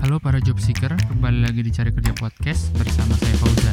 Halo para job seeker, kembali lagi di Cari Kerja Podcast bersama saya Fauzan.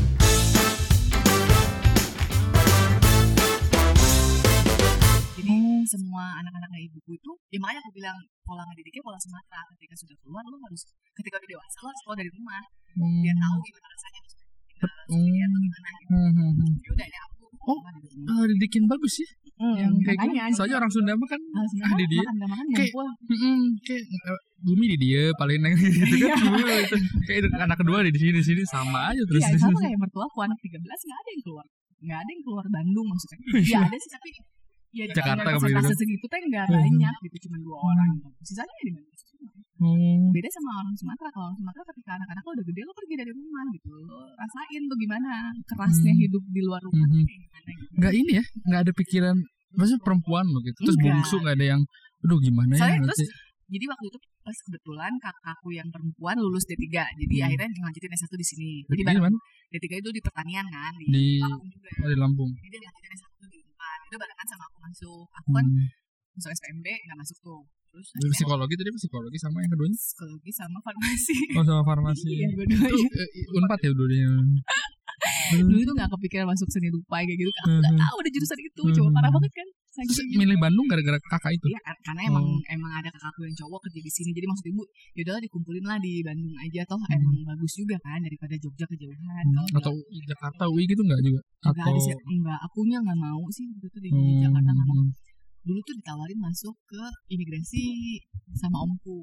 Jadi semua anak-anak kayak ibuku itu, ya makanya aku bilang pola ngedidiknya pola Sumatera. Ketika sudah keluar, lo harus, ketika udah dewasa, lo harus keluar dari rumah. Biar tahu gimana rasanya tuh sendirian atau gimana gitu. Ya udah ini aku. Didikin bagus sih. Yang kayak makanya, gitu. Soalnya orang Sunda mah kan di dia. Makan Kayak bumi di dia paling neng gitu kan. Kayak anak kedua di sini sama aja terus. Iya, sama kayak mertua aku anak 13 nggak ada yang keluar Bandung maksudnya. Iya ada sih tapi ya Jakarta persentase segitu teh nggak banyak gitu, cuma 2 orang gitu. Sisanya di Bandung. Beda sama orang Sumatera. Kalau orang Sumatera ketika anak-anak lo udah gede lo pergi dari rumah gitu, lo rasain tuh gimana kerasnya hidup di luar rumah kayak gimana gitu. Nggak ini ya, nggak ada pikiran maksudnya perempuan lo gitu. Terus bungsu nggak ada yang aduh gimana soalnya ya terus jadi waktu itu pas kebetulan kakakku yang perempuan lulus D3, jadi akhirnya ngelanjutin S1 di sini. Jadi bareng D3 itu di pertanian kan, di Lampung juga. Oh, di Lampung. Jadi dia lanjutin S1 di Unpad. Itu barengan sama aku masuk. Aku kan masuk SPMB nggak masuk tuh. Terus psikologi tadi psikologi sama yang keduanya? Psikologi sama farmasi. Oh sama farmasi. Iya dua-duanya. Unpad ya dua-duanya. Dulu tuh gak kepikiran masuk seni rupa kayak gitu. Aku gak tahu ada jurusan itu. Coba parah banget kan. Terus milih Bandung gara-gara kakak itu? Iya karena emang ada kakakku yang cowok kerja di sini. Jadi maksud ibu yaudahlah dikumpulin lah di Bandung aja. Toh emang bagus juga kan daripada Jogja kejauhan. Atau Jakarta UI gitu gak juga? Enggak, akunya gak mau sih gitu di Jakarta gak mau. Dulu tuh ditawarin masuk ke imigrasi sama omku.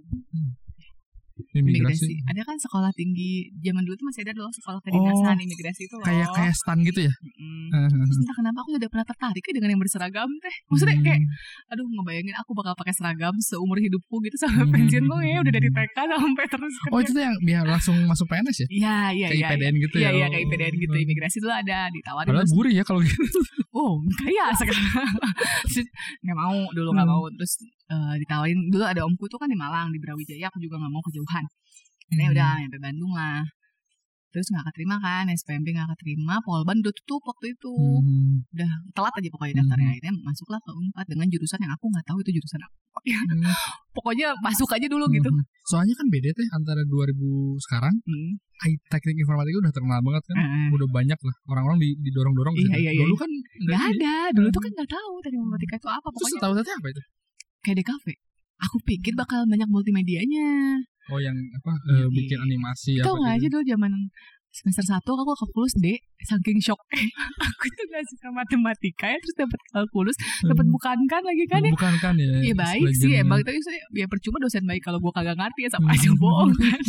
Imigrasi. Ada kan sekolah tinggi zaman dulu tuh masih ada loh sekolah kedinasan imigrasi itu loh. Kayak stan gitu ya. Terus entah kenapa aku udah pernah tertarik dengan yang berseragam teh. Maksudnya kayak aduh ngebayangin aku bakal pakai seragam seumur hidupku gitu sampai pensiun tuh ya udah dari TK sampai terus kerja. Oh itu tuh yang biar langsung masuk PNS ya? Iya. Kayak IPDN gitu ya. Iya kayak IPDN gitu. Imigrasi tuh ada ditawarin. Padahal gurih ya kalau gitu. Oh kaya sekarang. Nggak mau dulu nggak mau terus ditawarin dulu ada omku tuh kan di Malang di Brawijaya, aku juga nggak mau kejauhan. Ini udah sampai Bandung lah. Terus nggak keterima kan, SPMB nggak keterima, Polban udah tutup waktu itu. Udah telat aja pokoknya daftarnya. Akhirnya masuklah ke Unpad dengan jurusan yang aku nggak tahu itu jurusan apa. Pokoknya masuk aja dulu gitu. Soalnya kan beda tuh antara 2000 sekarang. Teknik informatika udah terkenal banget kan. Udah banyak lah orang-orang didorong-dorong. Iya. Dulu kan nggak ada. Dulu tuh kan nggak tahu teknik informatika itu apa. Terus tahu-tahu apa itu? Kayak DKV. Aku pikir bakal banyak multimedianya. Oh yang apa bikin animasi apa gitu. Tahu gak aja dulu zaman semester 1 aku kalkulus D, saking shock. Aku tuh gak suka matematika ya, terus dapat kalkulus, dapat bukankan lagi kan ya. Bukankan ya. Iya baik sih emang, tapi ya percuma dosen baik kalau gue kagak ngerti ya sama aja bohong kan.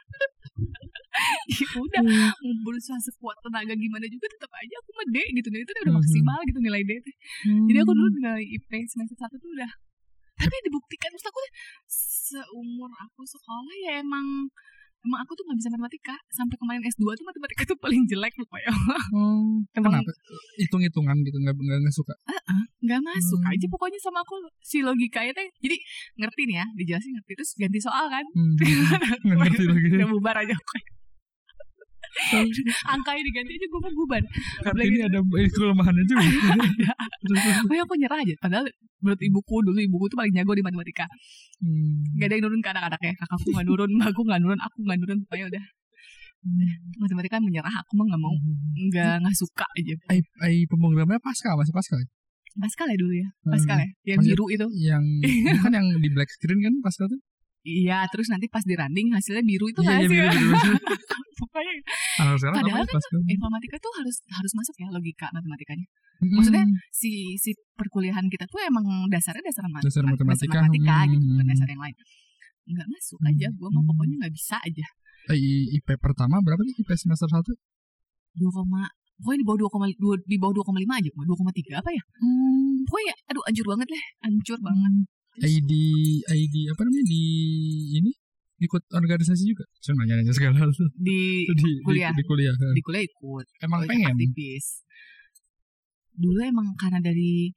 Ya udah mau berusaha sekuat tenaga gimana juga tetap aja aku mah D gitu. Itu udah maksimal gitu nilai D. Jadi aku dulu nilai IP semester 1 tuh udah. Tapi dibuktikan terus aku seumur aku sekolah ya emang aku tuh nggak bisa matematika sampai kemarin S2 tuh matematika tuh paling jelek pokoknya. Kenapa? Hitung-hitungan gitu nggak suka? Nggak masuk aja pokoknya sama aku si logikanya teh. Jadi ngerti nih ya dijelasin ngerti terus ganti soal kan. Nggak ngerti lagi. Udah bubar aja pokoknya. Angkanya diganti aja gue mau bubar. Ini ada kelemahannya juga. Pokoknya aku nyerah aja. Padahal menurut ibuku tuh paling jago di matematika. Gak ada yang nurun ke anak-anaknya. Kakakku gak nurun, mbakku gak nurun, aku gak nurun. Pokoknya udah matematika menyerah. Aku mah gak mau. Gak suka aja. Pemrogramannya Pascal masih Pascal ya? Pascal ya dulu ya. Pascal ya. Yang biru itu. Yang bukan yang di black screen kan Pascal tuh? Iya, terus nanti pas di running hasilnya biru itu nggak sih? Biru. Pokoknya. Padahal kan informatika tuh harus masuk ya logika matematikanya. Maksudnya si perkuliahan kita tuh emang dasar matematika gitu, bukan dasar yang lain. Nggak masuk aja, gue mah pokoknya nggak bisa aja. IP pertama berapa nih IP semester 1? 2, pokoknya di bawah 2,5 aja, 2,3 apa ya? Pokoknya aduh hancur banget. ID apa namanya di ini ikut organisasi juga. Saya nanya segala di kuliah. Di kuliah ikut. Emang pengen aktivis. Dulu emang karena dari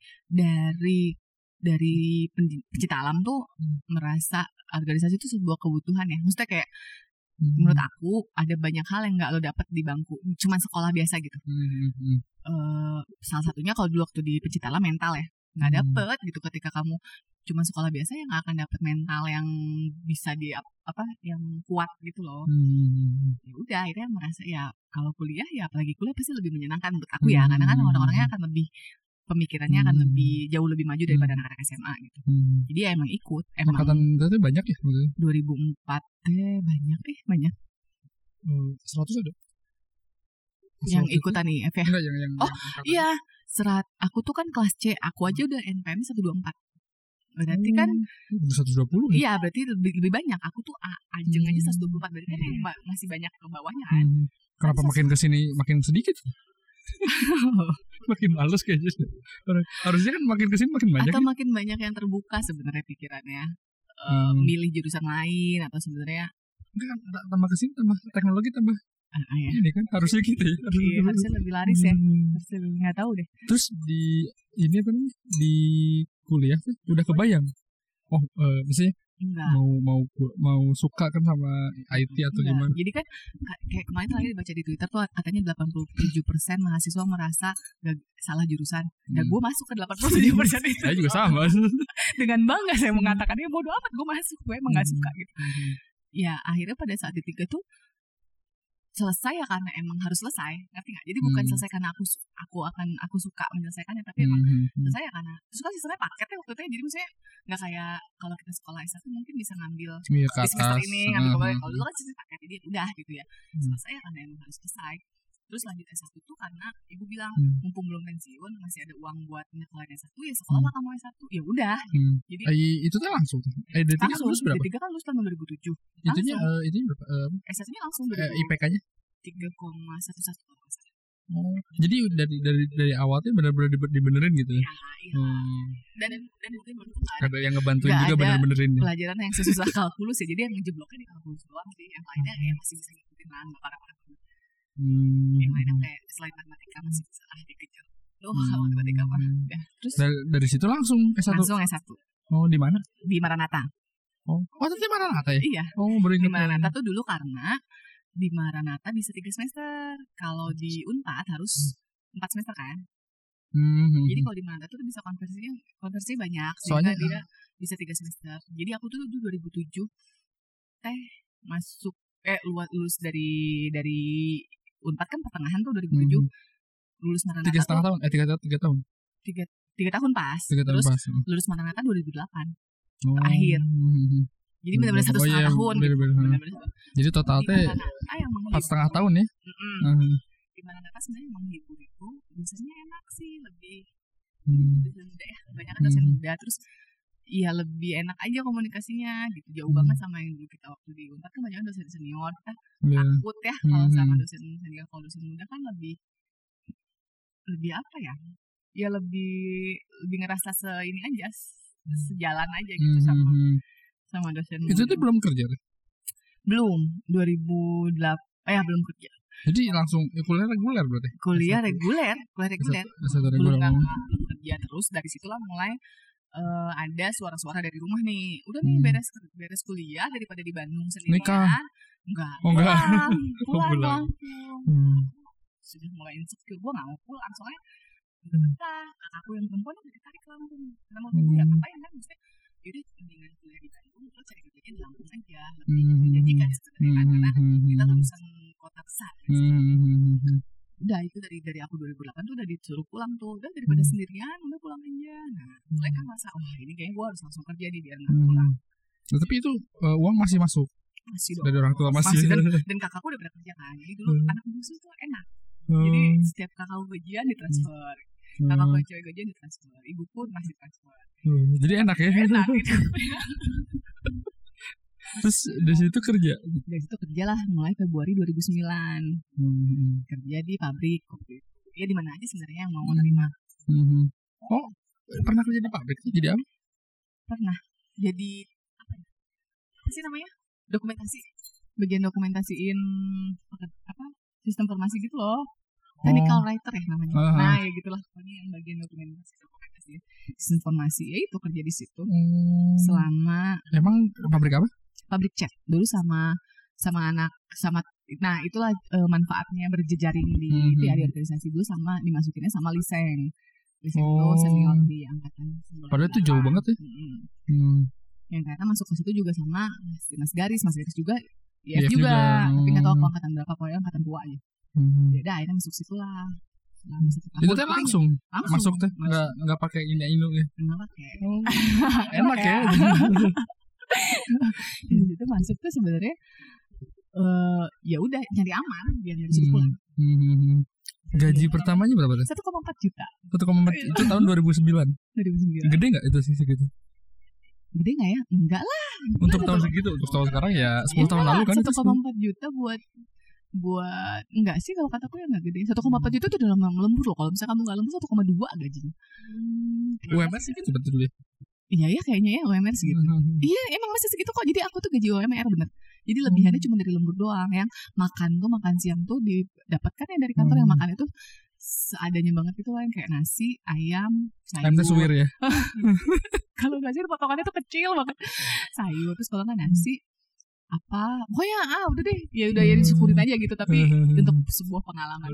pencinta alam tuh merasa organisasi itu sebuah kebutuhan ya. Maksudnya kayak menurut aku ada banyak hal yang nggak lo dapet di bangku cuman sekolah biasa gitu. Salah satunya kalau dulu waktu di pencinta alam mental ya. Nggak dapet gitu ketika kamu cuma sekolah biasa yang gak akan dapat mental yang bisa yang kuat gitu loh. Ya udah akhirnya merasa ya kalau kuliah ya apalagi kuliah pasti lebih menyenangkan menurut aku ya, karena kan orang-orangnya akan lebih pemikirannya akan lebih jauh lebih maju daripada anak-anak SMA gitu. Jadi ya emang ikut. Angkatan itu banyak ya? 2004 banyak. 100 ada? Yang ikutan nih FH. Enggak, yang iya, aku tuh kan kelas C, aku aja udah NPM 124. Berarti kan 120. Iya, berarti lebih banyak. Aku tuh Ajeng aja 124, berarti kan yang masih banyak ke bawahnya kan. Kenapa makin kesini makin sedikit? Makin males kayaknya. Harusnya kan makin kesini makin banyak. Atau makin banyak yang terbuka sebenarnya pikirannya. Milih jurusan lain atau sebenarnya enggak, tambah kesini tambah teknologi tambah ya. Ini kan harusnya gitu ya. Harusnya lebih laris ya. Harusnya nggak tahu deh. Terus di ini apa nih di kuliah tuh udah kebayang. Misalnya enggak. mau suka kan sama IT atau gimana? Jadi kan kayak kemarin tadi baca di Twitter tuh katanya 87% mahasiswa merasa salah jurusan. Dan gue masuk ke 87% itu. Saya juga sama. Dengan bangga saya mengatakan ya bodo amat gue masuk, gue emang gak suka gitu. Ya akhirnya pada saat D3 tuh selesai ya karena emang harus selesai, ngerti nggak? Jadi bukan selesai karena aku suka menyelesaikannya, tapi emang selesai ya karena suka sebenarnya paketnya waktu itu. Jadi maksudnya nggak kayak kalau kita sekolah S1 mungkin bisa ngambil di semester ini ngambil kembali. Kalau dulu kan sistem paket, jadi udah gitu ya. Selesai ya karena emang harus selesai. Terus lanjut S1 tuh karena ibu bilang mumpung belum pensiun masih ada uang buat nyekolahin S1 ya sekolah lah kamu S1. Ya udah. Jadi itu tuh langsung. D3 lulus berapa? D3 kan lulus tahun 2007. Itunya berapa? S1-nya langsung IPK-nya 3,11. Jadi dari awalnya benar-benar dibenerin gitu ya. Iya. Dan mungkin ada yang ngebantuin juga bener-benerin. Pelajaran yang sesusah kalkulus ya. Jadi yang ngejebloknya di kalkulus doang sih. Yang lainnya kayak masih bisa ngikutin lah, enggak parah-parah. Yang lainnya kayak selain matematika masih bisa dikejar. Matematika mah. Terus dari situ langsung S1. Langsung S1. Oh, di mana? Di Maranatha. Itu Maranatha ya? Iya. Di Maranatha tuh dulu karena di Maranatha bisa 3 semester. Kalau di Unpad harus 4 semester kan. Jadi kalau di Maranatha tuh bisa konversi banyak. Soalnya dia bisa 3 semester. Jadi aku tuh 2007 masuk lulus dari Unpad kan pertengahan tuh 2007. Lulus Maranatha 3,5 tahun. 3 tahun. 3 tahun pas. 3 tahun terus pas. Lulus Maranatha 2008. Akhir. Jadi benar-benar 1,5 tahun. Bener-bener. Jadi totalnya 4,5 tahun ya. Di Maranatha sebenarnya emang hibur itu dosennya enak sih, lebih dosen muda ya, kebanyakan dosen muda. Terus ya lebih enak aja komunikasinya gitu, jauh banget sama yang dulu kita waktu di Unpad kan banyak dosen senior, kita takut ya kalau sama dosen senior. Kalau dosen muda kan lebih apa ya? Ya lebih ngerasa ini aja, sejalan aja gitu sama dosen muda. Itu tuh belum kerja kan? Belum, 2008 belum kerja. Jadi langsung kuliah reguler berarti? Kuliah reguler. Belum kerja. Terus dari situlah mulai ada suara-suara dari rumah nih. Udah nih beres kuliah daripada di Bandung sendirian. Nikah? Enggak. Pulang. Sudah mulai insecure. Gue gak mau pulang soalnya kakakku yang perempuan udah ditarik ke Lampung. Karena mau ya ngapain kan? Maksudnya yaudah mendingan kuliah di Bandung terus cari kerjanya di Lampung aja. Lebih menjanjikan sebenarnya kan. Karena kita lulusan kota besar kan. Udah itu dari aku 2008 tuh udah disuruh pulang tuh. Udah daripada sendirian udah pulang aja. Nah mereka merasa ini kayaknya gue harus langsung kerja nih biar gak pulang. Tapi itu uang masih masuk? Masih dong. Dari orang tua masih. Dan kakakku udah pernah kerja kan. Jadi dulu anak bungsu tuh enak. Jadi setiap kakakku gajian ditransfer. Kakakku cewek gajian ditransfer. Ibu pun masih transfer. Jadi enak ya? Enak gitu. Terus dari situ kerja? Dari situ kerja lah mulai Februari 2009. Kerja di pabrik kopi. Ya di mana aja sebenarnya yang mau nerima. Oh, pernah kerja di pabrik? Jadi apa? Pernah. Jadi apa sih namanya? Dokumentasi. Bagian dokumentasiin sistem informasi gitu loh. Technical writer ya namanya. Nah ya gitulah. Pokoknya yang bagian dokumentasi sistem informasi. Ya itu kerja di situ. Selama. Emang pabrik apa? Pabrik cat. Dulu sama nah itulah manfaatnya berjejaring di organisasi dulu sama dimasukinnya sama Liseng. Di situ senior di angkatan 98. Padahal itu jauh banget ya. Yang ternyata masuk ke situ juga sama Mas Garis juga IF juga. Tapi nggak tahu apa angkatan berapa, pokoknya angkatan tua aja. Ya udah akhirnya masuk situ lah. Itu teh langsung masuk teh nggak pakai inu ya? Nggak pakai. Enak ya. Itu masuk tuh sebenarnya ya udah nyari aman biar dari situ pulang. Gaji pertamanya berapa tuh? 1,4 juta. 1,4 itu tahun 2009. Gede nggak itu sih segitu? Gede nggak ya? Enggak lah. Untuk tahun segitu, untuk tahun sekarang ya 10 tahun lalu kan 1,4 juta buat enggak sih kalau kataku ya enggak gede. 1,4 juta itu dalam lembur loh. Kalau misalnya kamu enggak lembur 1,2 gajinya. UMR sih gitu betul ya. Iya ya kayaknya ya UMR segitu. Iya emang masih segitu kok. Jadi aku tuh gaji UMR bener. Jadi lebihannya cuma dari lembur doang. Yang makan siang tuh didapatkan ya dari kantor. Yang makan itu seadanya banget gitu lah, yang kayak nasi, ayam, sayur. Suwir ya. Kalau nasi potongannya tuh kecil banget. Sayur terus kalau nggak nasi apa pokoknya udah deh ya disyukurin aja gitu. Tapi untuk sebuah pengalaman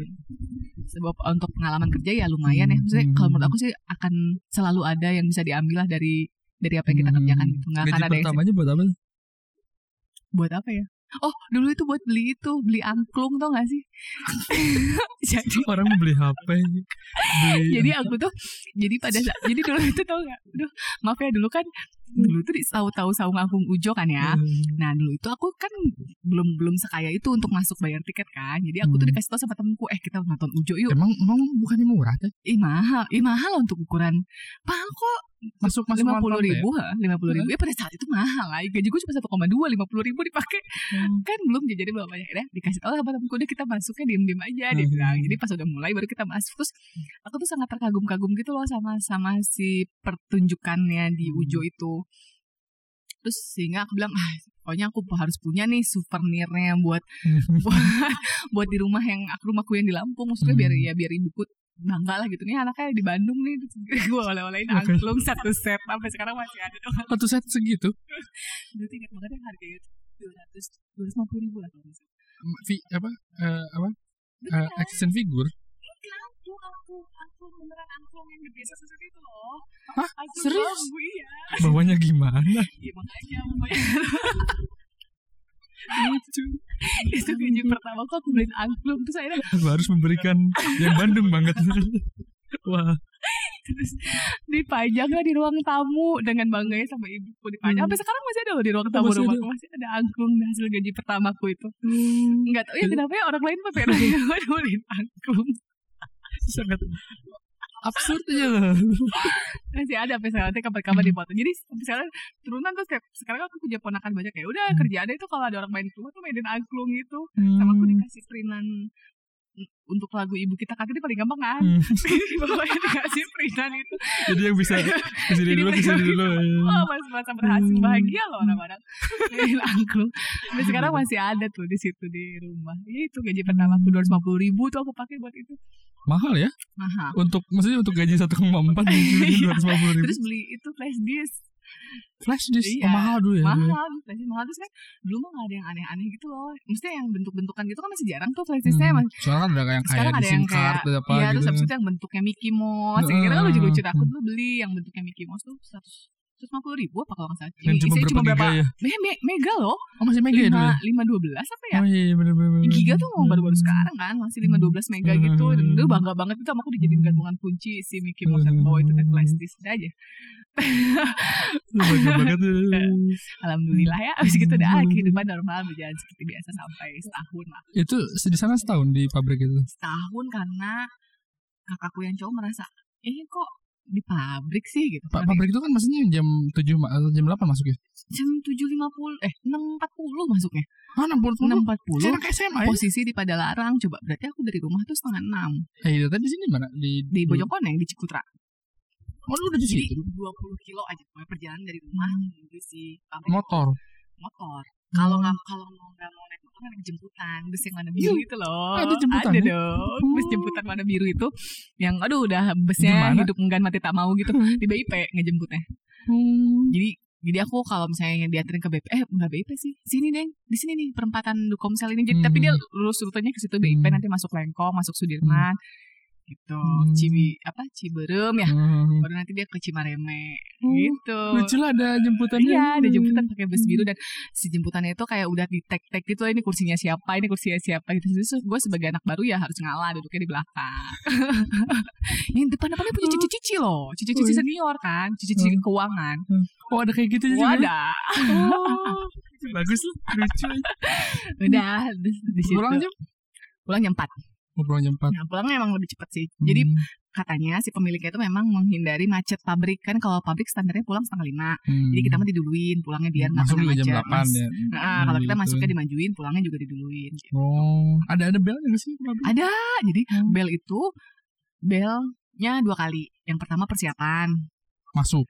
kerja ya lumayan ya. Maksudnya kalau menurut aku sih akan selalu ada yang bisa diambil lah dari apa yang kita kerjakan gitu. Nggak akan ada pertamanya buat apa ya. Oh dulu itu buat beli angklung, tau gak sih? Jadi orang mau beli HP. Jadi aku tuh jadi dulu itu tau gak, maaf ya, dulu tuh tahu saung angklung Ujo kan ya. Nah dulu itu aku kan belum sekaya itu untuk masuk bayar tiket kan. Jadi aku tuh dikasih tau sama temenku, kita nonton Ujo yuk. Emang bukannya murah kan? Mahal untuk ukuran kok. Masuk 50.000 ya pada saat itu mahal lah. Gaji gue cuma 1,2, 50.000 dipakai. Kan belum jadi belum banyak ya. Dikasih tahu sama temenku, udah kita masuknya diem aja dia bilang. Jadi pas udah mulai baru kita masuk. Terus aku tuh sangat terkagum-kagum gitu loh sama si pertunjukannya di Ujo itu. Terus sehingga aku bilang pokoknya aku harus punya nih souvenirnya buat di rumahku yang di Lampung. Maksudnya biar ibuku bangga lah gitu nih, anaknya di Bandung nih. Gue oleh-olehin angklung satu set, sampai sekarang masih ada dong. Satu set segitu? Dulu ingat banget ya harganya 250.000 lah kalau misalnya. Action figure? Angklung beneran, angklung yang gede sesuatu itu loh. Hah? Serius? Iya. Bawanya gimana? Iya makanya lucu. Itu gaji pertama aku beliin angklung. Terus akhirnya aku harus memberikan yang Bandung banget. Wah. Terus dipajang lah di ruang tamu dengan bangganya sama ibuku, dipajang. Sampai sekarang masih ada loh di ruang tamu rumahku, masih ada angklung hasil gaji pertamaku itu. Nggak tahu ya kenapa ya orang lain pada beliin angklung. Sangat absurd aja. Masih ada sampai sekarang, kapan-kapan dipoto. Jadi sampai sekarang turunan tuh sekarang aku punya ponakan banyak ya. Udah kerjaannya itu kalau ada orang main keluar tuh mainin angklung gitu. Sama aku dikasih printan untuk lagu Ibu Kita Kartini paling gampang kan. Pokoknya dikasih printan itu. Jadi yang bisa kesini dulu. Masa berhasil, bahagia loh orang-orang. Mainin angklung. Tapi sekarang masih ada tuh di situ di rumah. Itu gaji pertama aku 250.000 tuh aku pakai buat itu. Mahal ya? Mahal. Maksudnya untuk gaji 1,4 250.000. Terus beli itu flash disk. Iya, mahal dulu ya. Mahal terus kan dulu mah gak ada yang aneh-aneh gitu loh. Maksudnya yang bentuk-bentukan gitu kan masih jarang tuh flash disknya. Soalnya kan ada yang kayak di SIM card atau apa gitu. Iya, terus abis itu yang bentuknya Mickey Mouse. Yang kira kan lucu-lucu. Aku dulu beli yang bentuknya Mickey Mouse tuh 150.000 apa kalau nggak salah. Ini cuma berapa giga ya? Mega loh. Oh masih mega ya dulu? 512 apa ya? Oh iya bener. Giga tuh baru-baru sekarang kan. Masih 512 mega gitu. Dan dulu bangga banget itu sama aku dijadiin gantungan kunci si Mickey Mouse yang bawa itu flash disk aja. Bangga banget tuh. Alhamdulillah ya. Abis gitu dah kehidupan normal berjalan seperti biasa sampai setahun lah. Itu di sana setahun di pabrik itu? Setahun karena kakakku yang cowok merasa kok di pabrik sih gitu. Pabrik itu kan maksudnya jam 7 atau jam 8 masuknya? Jam 7.50 6.40 masuknya. 6.40. Saya anak SMA ya? Posisi di Padalarang. Coba berarti aku dari rumah tuh 5:30. Iya, tadi di sini mana? Di Bojongkoneng di Cikutra. Oh, lu udah di situ. 20 kilo aja perjalanan dari rumah menuju si pabrik. Motor. Kalau nggak mau naik motor, naik jemputan bus yang warna biru itu loh. Ada jemputan? Ada dong. Bus jemputan warna biru itu yang udah busnya gimana? Hidup enggan mati tak mau gitu. Di BIP ngejemputnya. Jadi aku kalau misalnya dianterin ke BIP, enggak BIP sih. Sini deh, di sini nih perempatan Dukomsel ini. Jadi tapi dia lurus rutenya ke situ BIP, nanti masuk Lengkong, masuk Sudirman. gitu. Ciberem ya. Baru nanti dia ke Cimareme gitu. Lucu lah ada jemputannya. Iya, ada jemputan pakai bus biru dan si jemputannya itu kayak udah di tag gitu, ini kursinya siapa gitu. Terus gue sebagai anak baru ya harus ngalah duduknya di belakang. Yang depan-depannya punya cici-cici loh, cici-cici senior kan, cici-cici keuangan. Oh ada kayak gitu juga. Ada. Bagus lah, lucu. Udah di situ. Pulang jam 4. Pulang jam 4. Nah, pulangnya emang lebih cepat sih. Jadi katanya si pemiliknya itu memang menghindari macet pabrik kan. Kalau pabrik standarnya pulang 4:30. Jadi kita mah diduluin pulangnya biar nggak kena macet. Jam 8 ya. Nah, kalau kita masuknya dimajuin, pulangnya juga diduluin. Gitu. Oh, ada bel nggak sih? Ada. Jadi bel itu belnya 2 kali. Yang pertama persiapan masuk,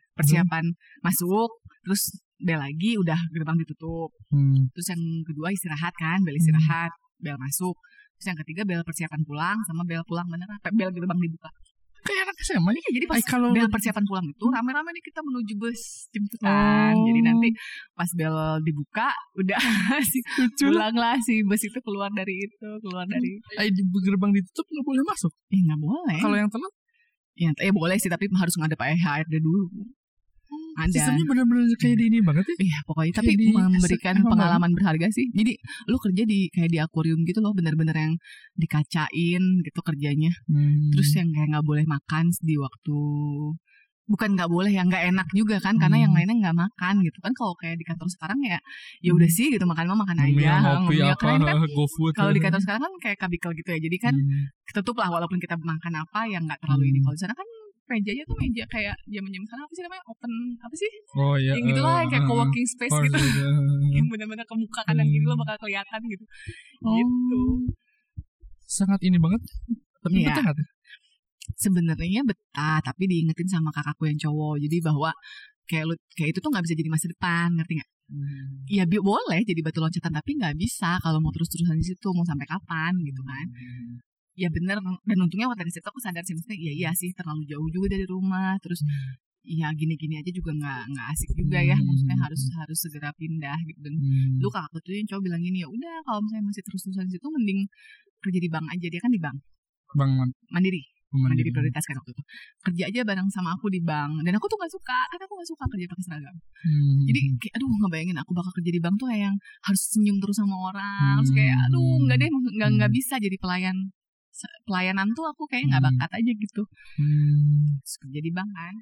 terus bel lagi udah gerbang ditutup. Terus yang kedua istirahat kan, bel istirahat, bel masuk. Terus yang ketiga bel persiapan pulang sama bel pulang beneran, bel gerbang dibuka. Kayak anak SMA nih. Jadi pas bel persiapan pulang itu rame-rame nih kita menuju bus jemputan. Jadi nanti pas bel dibuka udah pulang lah si bus itu keluar dari di gerbang ditutup nggak boleh masuk. Nggak boleh. Kalau yang telat? Ya boleh sih tapi harus ngadep HRD dulu. Ada. Sistemnya benar-benar kayak di ini banget ya. Iya pokoknya tapi memberikan pengalaman berharga sih. Jadi lu kerja di kayak di akuarium gitu loh, benar-benar yang dikacain gitu kerjanya. Terus yang kayak nggak boleh makan di waktu, bukan nggak boleh, yang nggak enak juga kan, karena yang lainnya nggak makan gitu kan. Kalau kayak di kantor sekarang ya udah sih gitu, makan aja. Ngopi apa kan GoFood. Kalau di kantor sekarang kan kayak kubikel gitu ya. Jadi kan ketutup lah walaupun kita makan apa yang nggak terlalu ini. Kalau di sana kan mejanya tuh meja kayak zaman-zaman sana apa sih namanya, open apa sih? Oh iya. Yang gitulah kayak co-working space gitu. Yang benar-benar kebuka kanan kiri lo bakal kelihatan gitu. Gitu. Sangat ini banget. Tapi betah kan? Sebenarnya betah, tapi diingetin sama kakakku yang cowok. Jadi bahwa kayak itu tuh nggak bisa jadi masa depan, ngerti nggak? Ya boleh jadi batu loncatan, tapi nggak bisa kalau mau terus-terusan di situ, mau sampai kapan gitu kan? Ya bener, dan untungnya waktu dari situ aku sadar sih, maksudnya iya sih terlalu jauh juga dari rumah, terus ya gini-gini aja juga nggak asik juga ya, maksudnya harus segera pindah gitu. Dan lu kakakku tuh yang cowok bilang gini, ya udah kalau misalnya masih terus-terusan di situ mending kerja di bank aja. Dia kan di bank Mandiri Prioritas kan waktu itu, kerja aja bareng sama aku di bank. Dan aku tuh nggak suka, karena aku nggak suka kerja pakai seragam. Jadi kayak ngebayangin aku bakal kerja di bank tuh kayak yang harus senyum terus sama orang, terus kayak nggak deh, nggak bisa jadi pelayanan tuh aku kayak nggak bakat aja gitu. Terus kerja di bank kan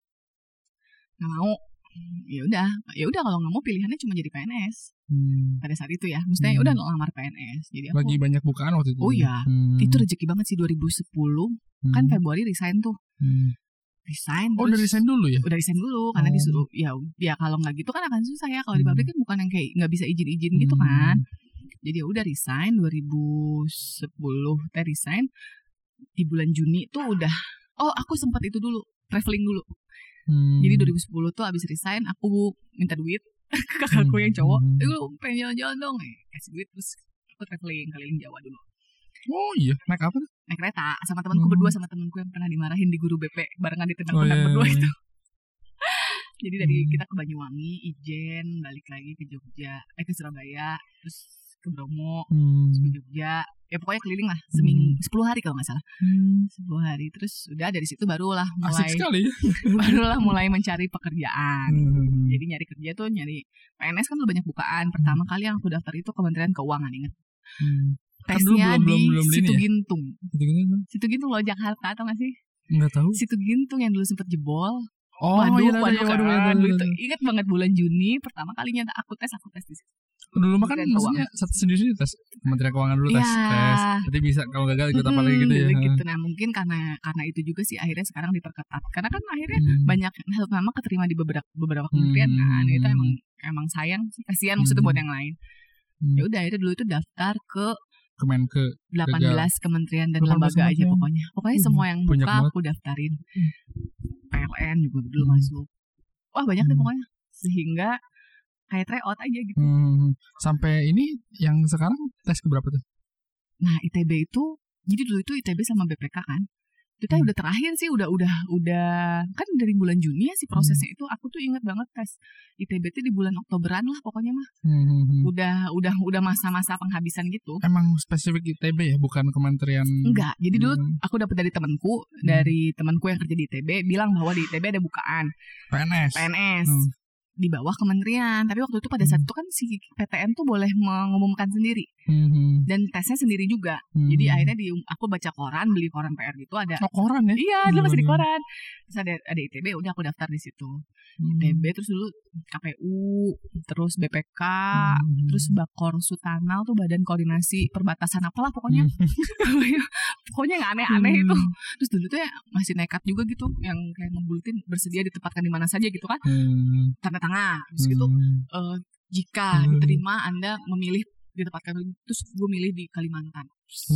nggak mau. Ya udah kalau nggak mau pilihannya cuma jadi PNS pada saat itu ya, maksudnya udah ngelamar PNS. Jadi aku lagi banyak bukaan waktu itu. Oh iya, itu rezeki banget sih 2010 kan Februari resign tuh. Resign. Udah resign dulu ya? Udah resign dulu karena disuruh ya kalau nggak gitu kan akan susah ya. Kalau di pabrik kan bukan yang kayak nggak bisa izin gitu kan. Jadi ya udah resign 2010 resign. Di bulan Juni tuh udah aku sempat itu dulu traveling dulu. Jadi 2010 tuh abis resign aku minta duit ke kakakku yang cowok. Lu pengen jalan-jalan dong, kasih duit. Terus aku traveling keliling Jawa dulu. Oh iya, naik apa tuh? Naik kereta sama temanku berdua, sama temanku yang pernah dimarahin di guru BP barengan ditendang-tendang berdua itu. Jadi dari kita ke Banyuwangi, Ijen, balik lagi ke Jogja, ke Surabaya, terus ke Bromo, terus ke Jogja. Ya pokoknya keliling lah 10 hari kalau nggak salah. 10 hari. Terus udah dari situ barulah mulai mencari pekerjaan. Jadi nyari kerja tuh nyari PNS kan tuh banyak bukaan. Pertama kali yang aku daftar itu Kementerian Keuangan, ingat. Tesnya di Situ Gintung. Situ Gintung loh, Jakarta, tau gak sih? Nggak tahu. Situ Gintung yang dulu sempet jebol. Waduh, itu ingat banget bulan Juni pertama kalinya aku tes di situ. Dulu makan maksudnya sendiri tes Kementerian Keuangan dulu tes. Nanti bisa kalau gagal ikut apa lagi gitu ya. Gitu. Nah mungkin karena itu juga sih akhirnya sekarang diperketat. Karena kan akhirnya banyak hal nama keterima di beberapa kementerian kan. Itu emang sayang sih, kasihan maksudnya buat yang lain. Ya udah akhirnya dulu itu daftar ke Kemenke 18 kementerian dan lembaga aja pokoknya. Pokoknya semua yang buka aku daftarin. PLN juga dulu masuk. Wah banyak deh pokoknya. Sehingga kayak tryout aja gitu. Sampai ini yang sekarang tes keberapa tuh? Nah ITB itu, jadi dulu itu ITB sama BPK kan. Itu udah terakhir sih, udah kan dari bulan Juni ya sih prosesnya itu. Aku tuh inget banget tes ITB itu di bulan Oktoberan lah pokoknya mah. Udah masa-masa penghabisan gitu. Emang spesifik ITB ya, bukan kementerian? Enggak. Jadi dulu aku dapat dari temanku yang kerja di ITB bilang bahwa di ITB ada bukaan PNS. Di bawah kementerian. Tapi waktu itu pada saat itu kan si PTN tuh boleh mengumumkan sendiri. Dan tesnya sendiri juga. Jadi akhirnya aku baca koran, beli koran PR gitu ada. Oh, koran ya? Iya, dulu masih di koran. Terus ada ITB, udah aku daftar di situ. ITB, terus dulu KPU, terus BPK, terus Bakor Sutanal tuh Badan Koordinasi Perbatasan apalah pokoknya. Pokoknya yang aneh-aneh itu. Terus dulu tuh ya masih nekat juga gitu, yang kayak ngebulutin bersedia ditempatkan di mana saja gitu kan. Tanda tangan. Terus gitu jika diterima Anda memilih ditempatkan, terus gue milih di Kalimantan.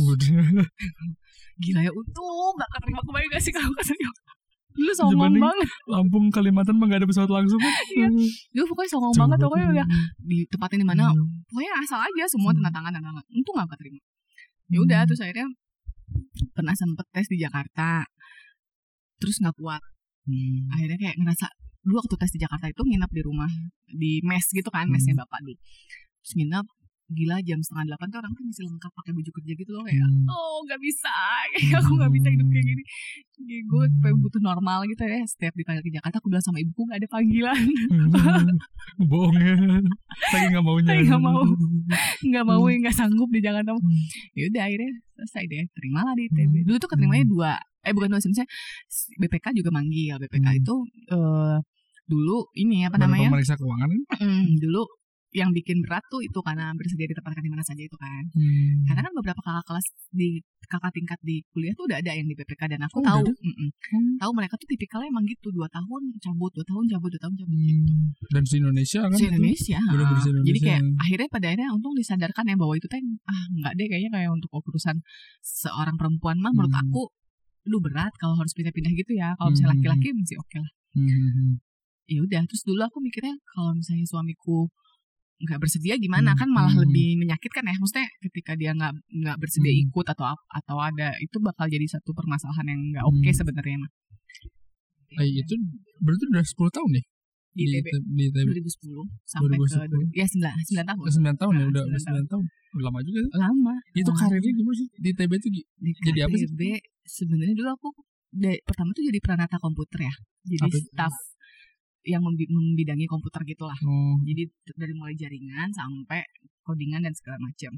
Gila ya, untung gak keterima. Kebayang gak sih kalau keterima? Dulu songong banget. Lampung Kalimantan mah gak ada pesawat langsung kan? Iya. Dulu pokoknya songong banget. Pokoknya udah ditempatin di mana. Pokoknya asal aja semua tanda tangan. Untung gak keterima. Ya udah, terus akhirnya pernah sempet tes di Jakarta. Terus gak kuat. Akhirnya kayak ngerasa, dulu waktu tes di Jakarta itu nginep di rumah, di mes gitu kan, mesnya bapak dulu. Terus nginep, gila jam 7:30 tuh orang tuh masih lengkap pakai baju kerja gitu loh, kayak gak bisa, kayak aku gak bisa hidup kayak gini. Gue butuh normal gitu ya. Setiap dipanggil ke Jakarta aku bilang sama ibuku gak ada panggilan. Bohongnya saya gak maunya. Gak mau, gak sanggup di Jakarta. Ya udah akhirnya selesai deh, terimalah di ITB. Dulu tuh keterimanya bukan 2, misalnya BPK juga manggil. BPK itu dulu ini apa namanya, pemeriksa keuangan. Dulu yang bikin berat tuh itu karena bersedia ditempatkan di mana saja itu kan. Karena kan beberapa kakak tingkat di kuliah tuh udah ada yang di BPK dan aku tahu tahu mereka tuh tipikalnya emang gitu, 2 tahun cabut gitu. Dan di Indonesia kan? Di Indonesia. Jadi kayak akhirnya untung disadarkan ya bahwa itu teh enggak deh kayaknya kayak untuk urusan seorang perempuan mah menurut aku lu berat kalau harus pindah-pindah gitu ya. Kalau misalnya laki-laki masih oke lah. Ya udah, terus dulu aku mikirnya kalau misalnya suamiku nggak bersedia gimana, kan malah lebih menyakitkan ya. Maksudnya ketika dia nggak bersedia ikut atau ada, itu bakal jadi satu permasalahan yang nggak oke sebenarnya mah. Itu berarti udah 10 tahun ya? Di ITB 2010 sampai 2010. Ke 9 tahun. 9 tahun ya, udah 9 tahun. Lama juga ya? Lama. Itu karirnya gimana sih? Di ITB itu jadi apa sih? Di ITB sebenarnya dulu aku pertama tuh jadi pranata komputer ya. Jadi staff yang membidangi komputer gitulah. Jadi dari mulai jaringan sampai codingan dan segala macam.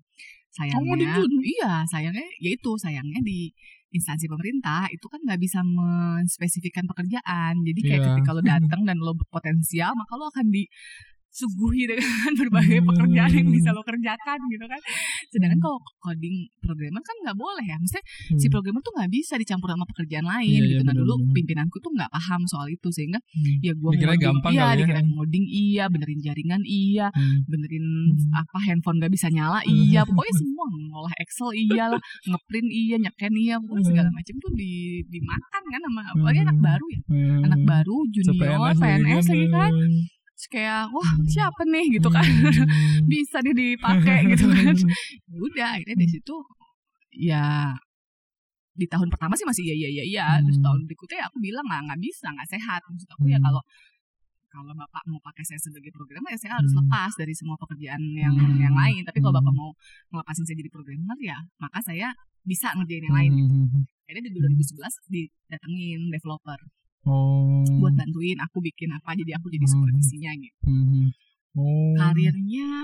Sayangnya di instansi pemerintah itu kan nggak bisa menspesifikkan pekerjaan. Jadi kayak ketika lo datang dan lo berpotensial, maka lo akan disuguhi dengan berbagai pekerjaan yang bisa lo kerjakan gitu kan. Sedangkan kalau coding programmer kan nggak boleh ya. Maksudnya si programmer tuh nggak bisa dicampur sama pekerjaan lain gitu. Nah dulu pimpinanku tuh nggak paham soal itu, sehingga ya gue dikira ngoding iya, benerin jaringan iya, benerin handphone nggak bisa nyala iya, pokoknya semua ngolah Excel iya lah, ngeprint iya, nyeken iya, pokoknya segala macam tuh dimakan kan sama apalagi anak baru ya, anak baru junior PNS lagi kan. Kayak wah siapa nih gitu kan, bisa nih dipakai gitu kan. Udah akhirnya di situ ya di tahun pertama sih masih iya. Terus tahun berikutnya aku bilang nggak bisa, nggak sehat. Maksud aku ya kalau bapak mau pakai saya sebagai programmer ya saya harus lepas dari semua pekerjaan yang lain. Tapi kalau bapak mau ngelepasin saya jadi programmer ya maka saya bisa ngerjain yang lain gitu. Akhirnya di 2011 didatengin developer buat bantuin aku bikin apa, jadi aku jadi supervisinya gitu. Karirnya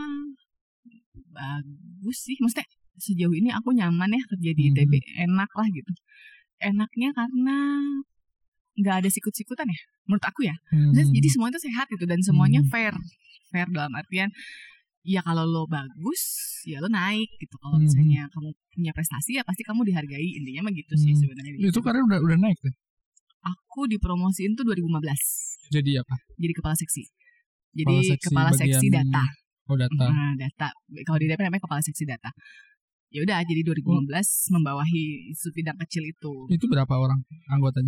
bagus sih, maksudnya sejauh ini aku nyaman ya kerja di ITB, enak lah gitu. Enaknya karena nggak ada sikut-sikutan ya menurut aku ya. Jadi semua itu sehat gitu dan semuanya fair dalam artian ya kalau lo bagus ya lo naik gitu, kalau misalnya kamu punya prestasi ya pasti kamu dihargai, intinya mah gitu sih sebenarnya. Itu karir udah naik tuh. Aku dipromosiin tuh 2015. Jadi apa? Jadi kepala seksi. Jadi kepala seksi data. Data. Data. Kalau di DP namanya kepala seksi data. Ya udah, jadi 2015 membawahi bidang kecil itu. Itu berapa orang anggotanya?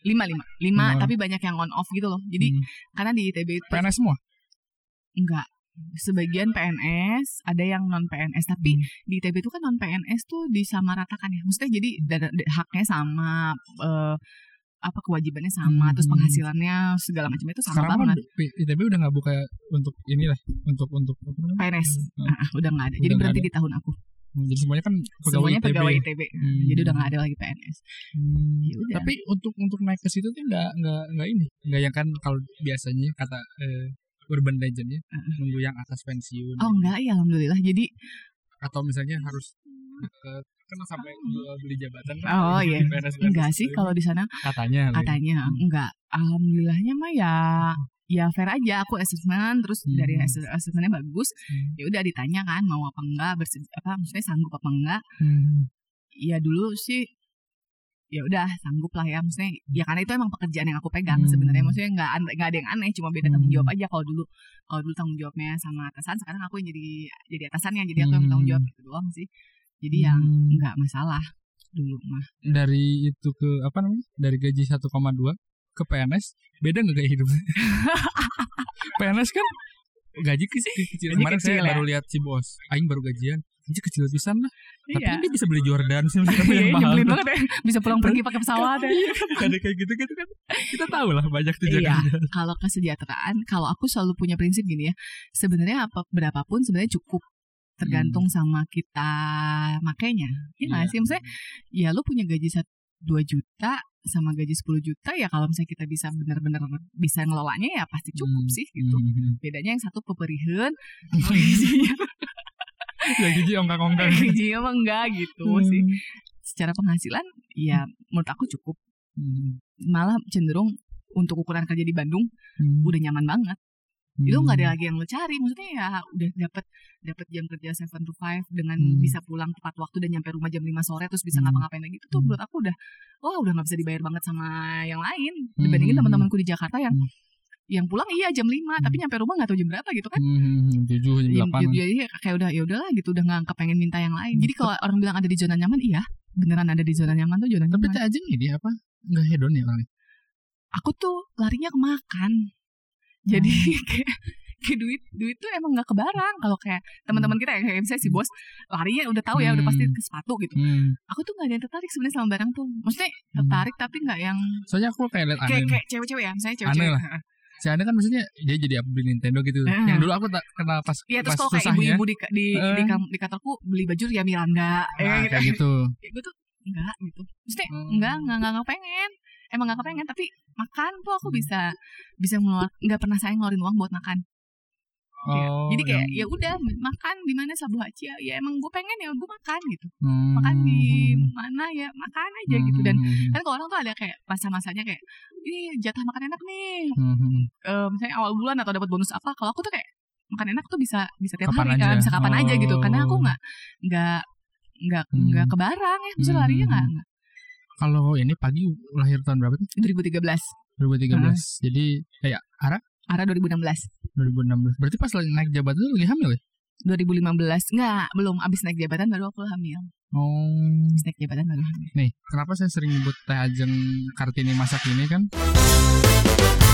5 tapi banyak yang on off gitu loh. Jadi karena di ITB itu PNS semua? enggak. sebagian PNS, ada yang non PNS. Tapi di ITB itu kan non PNS tuh disamaratakan ya. Maksudnya jadi haknya sama, kewajibannya sama, terus penghasilannya segala macam itu sama sekarang banget. ITB udah nggak buka untuk inilah, untuk PNS, udah nggak ada. Jadi berhenti di tahun aku. Jadi semuanya kan pegawai ITB. Jadi udah nggak ada lagi PNS. Tapi untuk naik ke situ tuh nggak ini, nggak yang kan kalau biasanya kata urban legend ya, nunggu yang atas pensiun. Oh enggak ya, alhamdulillah. Jadi atau misalnya harus kan sampai beli jabatan kan. Oh iya. Enggak sih kalau di sana. Katanya enggak. Alhamdulillahnya mah ya fair aja. Aku assessment, terus dari assessmentnya bagus. Ya udah ditanya kan mau apa enggak, maksudnya sanggup apa enggak. Ya dulu sih ya udah sanggup lah ya, maksudnya ya karena itu emang pekerjaan yang aku pegang sebenarnya. Maksudnya nggak ada yang aneh, cuma beda tanggung jawab aja. Kalau dulu tanggung jawabnya sama atasan, sekarang aku yang jadi atasannya, jadi aku yang tanggung jawab gitu doang sih. Jadi yang nggak masalah dulu mah. Dari itu ke dari gaji 1,2 ke PNS beda nggak gaya hidupnya? PNS kan gaji kecil. Kemarin saya baru lihat si bos, aing baru gajian, gaji kecil pisan lah. Tapi dia bisa beli Jordan sih, yang mahal. Nyebelin banget ya, bisa pulang pergi pakai pesawat ya. Ada kayak gitu kan kita tahu lah banyak tuh. Iya. Kalau kesejahteraan, kalau aku selalu punya prinsip gini ya, sebenarnya berapapun sebenarnya cukup, tergantung sama kita makainya. Iya nggak sih, maksudnya ya lu punya gaji 2 juta sama gaji 10 juta ya, kalau misalnya kita bisa benar-benar bisa ngelolanya ya pasti cukup sih gitu. Bedanya yang satu peperiheun, yang gaji ongkang-ongkang. Gajinya mah enggak gitu sih. Secara penghasilan ya menurut aku cukup. Malah cenderung untuk ukuran kerja di Bandung udah nyaman banget. Itu nggak ada lagi yang lo cari, maksudnya ya udah dapat jam kerja 7 to 5 dengan bisa pulang tepat waktu dan nyampe rumah jam 5 sore terus bisa ngapa-ngapain lagi. Itu tuh menurut aku udah nggak bisa dibayar banget sama yang lain dibandingin teman-temanku di Jakarta yang pulang jam 5 tapi nyampe rumah nggak tahu jam berapa gitu kan. 7 jam 8. Jadi kayak udah gitu, udah nggak kepengen minta yang lain. Jadi kalau orang bilang ada di zona nyaman, iya beneran ada di zona nyaman tuh zona nyaman. Tapi tak aja ini nggak hedon ya orangnya. Aku tuh larinya ke makan. Jadi kayak duit tuh emang nggak kebarang. Kalau kayak teman-teman kita kayak misalnya si bos larinya udah tahu ya udah pasti ke sepatu gitu. Aku tuh nggak ada yang tertarik sebenarnya sama barang tuh. Maksudnya tertarik tapi nggak yang. Soalnya aku kayak lihat aneh. Kayak cewek-cewek ya, misalnya cewek-cewek. Aneh lah. Si Aneh kan maksudnya dia jadi beli Nintendo gitu. Yang dulu aku tak kenal pas. Iya, terus kalau kayak ibu-ibu di kantorku beli baju ya Miranda. Kayak gitu. Gue tuh enggak gitu. Maksudnya enggak pengen. Emang gak kepengen, tapi makan tuh aku bisa nggak pernah saya ngeluarin uang buat makan. Jadi kayak ya udah makan di mana Sabu Haji ya emang gue pengen ya gue makan gitu. Makan di mana ya makan aja gitu. Dan kan kalau orang tuh ada kayak masa-masanya kayak ini jatah makan enak nih. Misalnya awal bulan atau dapat bonus apa. Kalau aku tuh kayak makan enak tuh bisa tiap hari kan, bisa kapan aja gitu. Karena aku nggak kebarang ya, bisa larinya nggak. Kalau ini Pagi lahir tahun berapa tuh? 2013. Jadi kayak Ara 2016. Berarti pas lagi naik jabatan tuh lagi hamil ya? 2015. Enggak, belum. Abis naik jabatan baru aku hamil. Abis naik jabatan baru hamil. Nih, kenapa saya sering nyebut Teh Ajeng Kartini masak ini kan?